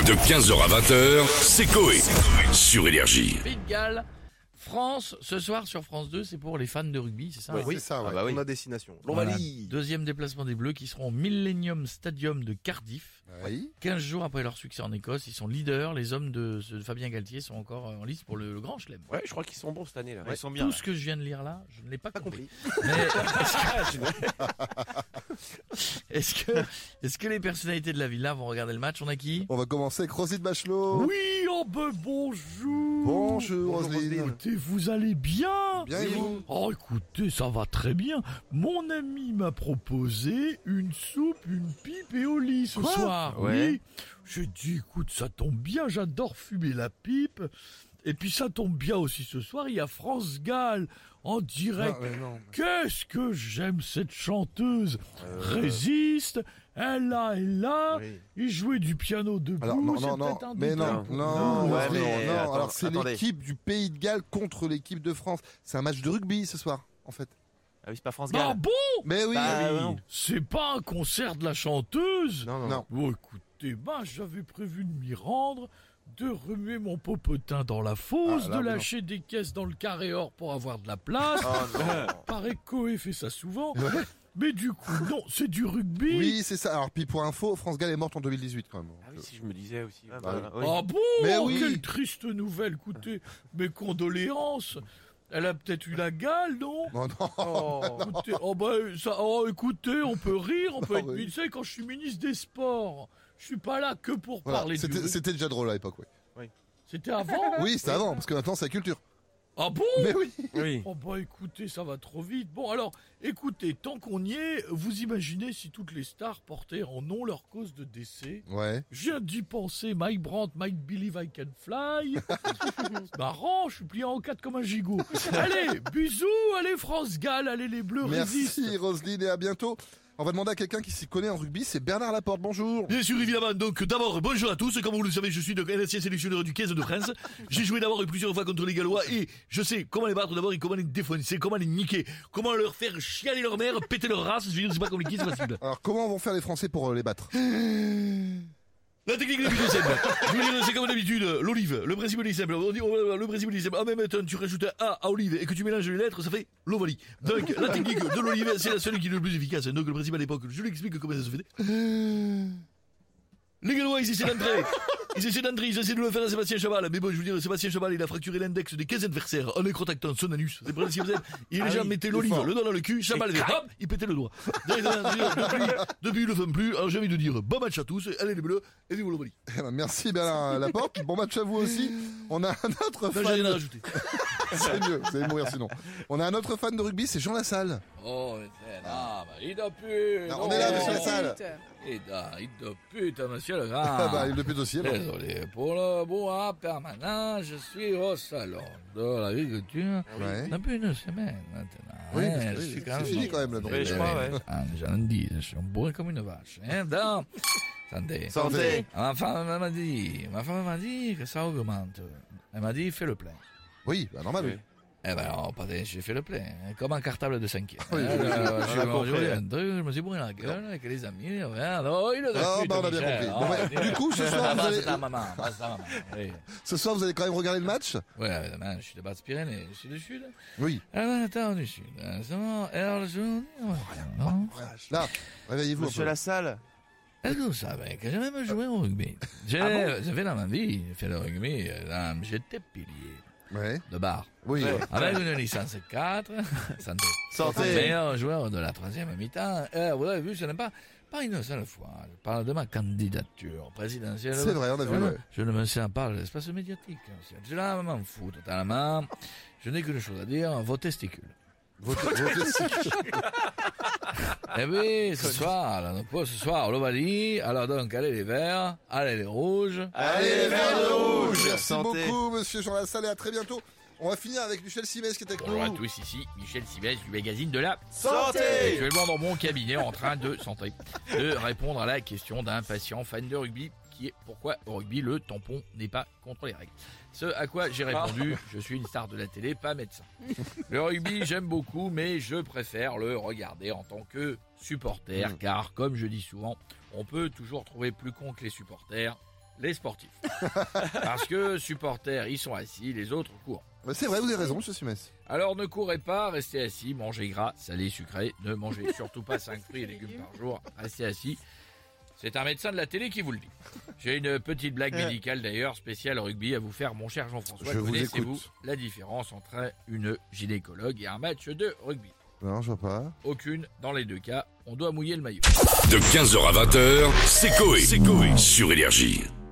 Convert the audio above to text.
De 15h à 20h, c'est Coé. Sur Énergie. Pays de Galles, France, ce soir sur France 2, c'est pour les fans de rugby, c'est ça? Oui, c'est ça, ouais. bah oui. On a destination. Voilà. L'Ovalie. Deuxième déplacement des Bleus qui seront au Millennium Stadium de Cardiff. Oui. 15 jours après leur succès en Écosse, ils sont leaders. Les hommes de Fabien Galtier sont encore en lice pour le Grand Chelem. Ouais, je crois qu'ils sont bons cette année là. Ouais. Ils sont bien. Tout ce que je viens de lire là, je ne l'ai pas compris. compris. Mais est-ce que les personnalités de la villa vont regarder le match? On a qui? On va commencer avec Roselyne Bachelot. Oui, oh ben bonjour. Bonjour Roselyne. Écoutez, vous allez bien? Bien et vous? Oh écoutez, ça va très bien. Mon ami m'a proposé une soupe, une pipe et au lit ce soir. Ouais. Oui. J'ai dit, écoute, ça tombe bien, j'adore fumer la pipe. Et puis ça tombe bien aussi ce soir, il y a France Gall en direct. Non. Qu'est-ce que j'aime cette chanteuse. Résiste, elle là. Oui. Il jouait du piano debout. Alors non, c'est non, non, peut-être un mais détail. non, ouais, mais non. attends, Alors c'est attendez. l'équipe du Pays de Galles contre l'équipe de France. C'est un match de rugby ce soir, en fait. Ah oui, c'est pas France Ah Gall. bon? Mais oui. Bah, oui. non. C'est pas un concert de la chanteuse? Non. Oh, écoutez, j'avais prévu de m'y rendre, de remuer mon popotin dans la fosse, Ah, là, de non. lâcher des caisses dans le carré or pour avoir de la place. Oh non. Pareil que Coé fait ça souvent. Mais du coup, non, c'est du rugby. Oui, c'est ça. Alors puis pour info, France Gall est morte en 2018 quand même. Ah oui, si je me disais aussi. Ah, Bah, bah, oui. Ah bon? Mais oui. Quelle triste nouvelle, écoutez. Mes condoléances. Elle a peut-être eu la gale, non? Non. Écoutez, écoutez, on peut rire, on peut Ah être oui. tu sais, quand je suis ministre des Sports, je suis pas là que pour Voilà. parler du rugby. C'était déjà drôle à l'époque, oui. C'était avant? Oui, c'était avant, parce que maintenant c'est la culture. Ah bon? Mais oui. Oui. Oh bah écoutez, ça va trop vite. Bon alors, écoutez, tant qu'on y est, vous imaginez si toutes les stars portaient en nom leur cause de décès? Ouais. Je viens d'y penser, Mike Brandt, Mike Believe I Can Fly. C'est marrant, je suis plié en quatre comme un gigot. Allez, bisous, allez France Gall, allez les Bleus résistent. Merci Roselyne et à bientôt. On va demander à quelqu'un qui s'y connaît en rugby, c'est Bernard Laporte. Bonjour. Bien sûr, évidemment. Donc, d'abord, bonjour à tous. Comme vous le savez, je suis l'ancien sélectionneur du 15 de France. J'ai joué d'abord plusieurs fois contre les Gallois et je sais comment les battre d'abord et comment les défoncer, comment les niquer, comment leur faire chialer leur mère, péter leur race. Je veux dire, c'est pas compliqué, c'est facile. Alors comment vont faire les Français pour les battre? La technique est plus simple. Je veux dire, c'est comme d'habitude, l'olive. Le principe est simple. On dit, le principe est simple. En même temps, tu rajoutes un A à olive et que tu mélanges les lettres, ça fait l'ovalie. Donc, la technique de l'olive, c'est la seule qui est le plus efficace. Donc, le principe à l'époque, je lui explique comment ça se fait. Les Gallois, ils essaient d'entrer. Ils essaient de le faire à Sébastien Chabal. Mais bon, je veux dire, Sébastien Chabal, il a fracturé l'index des 15 adversaires en écrotactant son anus. C'est le principe. Et les gens mettaient l'olive, le doigt dans le cul, Chabal, hop, il pétait le doigt. Depuis, ils le font plus. Alors, j'ai envie de dire, bon match à tous. Allez, les Bleus, et vive l'Ovalie. Eh ben, merci Bernard Laporte. Bon match à vous aussi. On a un autre Non, j'ai fan. rien à rajouter. C'est mieux, vous allez mourir sinon. On a un autre fan de rugby, c'est Jean Lassalle. Oh, il a pu. On est là, monsieur Lassalle. Il a pu, monsieur le Ah bah, grand. il le pète aussi. alors. Désolé, pour le bois permanent, je suis au salon de l'agriculture Ouais. depuis une semaine maintenant. Oui, Hein, parce que je oui, suis c'est fini quand même là. donc. Oui, je crois, ouais. J'en dis, je suis bourré comme une vache. Hein, donc, santé. Santé. Ma femme m'a dit que ça augmente. Elle m'a dit, fais le plein. Oui, bah, normal. Oui. Eh ben, alors, j'ai fait le plein, hein, comme un cartable de 5e. Oui, Je me suis bourré la gueule avec les amis. Alors, il Ah, bah, on a bien compris. Bon, bah, du coup, ce soir, vous allez... ta maman, oui. ce soir, vous allez quand même regarder le match? Ouais, évidemment, je suis de Basse-Pyrénées, je suis du Sud. Oui. Attends, du Sud. Alors, le Sud, non. Là, réveillez-vous un Monsieur peu. Lassalle. Est-ce que vous savez que j'ai même joué au rugby? J'ai fait dans ma vie, j'ai fait le rugby, j'étais pilier Ouais. de bar. Oui. Avec une licence 4, santé. Santé. Meilleur joueur de la 3e mi-temps. Vous avez vu, ce n'est pas une seule fois. Je parle de ma candidature présidentielle. C'est vrai, on a vu. Ouais. Je ne me sers pas de l'espace médiatique. Je m'en fous totalement. Je n'ai qu'une chose à dire, vos testicules. Eh oui, ce soir, l'Ovalie. Alors donc, allez les verts, allez les rouges. Allez, les verts de rouge. Merci Santé. beaucoup, monsieur Jean Lassalle, et à très bientôt. On va finir avec Michel Simès qui est avec Bonjour à nous. tous, ici Michel Sibès du magazine de la Santé. actuellement dans mon cabinet en train de répondre à la question d'un patient fan de rugby qui est pourquoi au rugby le tampon n'est pas contre les règles. Ce à quoi j'ai répondu, je suis une star de la télé, pas médecin. Le rugby j'aime beaucoup mais je préfère le regarder en tant que supporter car comme je dis souvent, on peut toujours trouver plus con que les supporters les sportifs. Parce que supporters, ils sont assis, les autres courent. Bah, c'est vrai, vous avez raison, monsieur Simès. Alors ne courez pas, restez assis, mangez gras, salé, sucré. Ne mangez surtout pas 5 fruits et légumes par jour. Restez assis. C'est un médecin de la télé qui vous le dit. J'ai une petite blague médicale d'ailleurs, spéciale rugby à vous faire, mon cher Jean-François. Je vous Connaissez-vous écoute. la différence entre une gynécologue et un match de rugby? Non, je vois pas. Aucune. Dans les deux cas, on doit mouiller le maillot. De 15h à 20h, c'est Coé. Sur Énergie.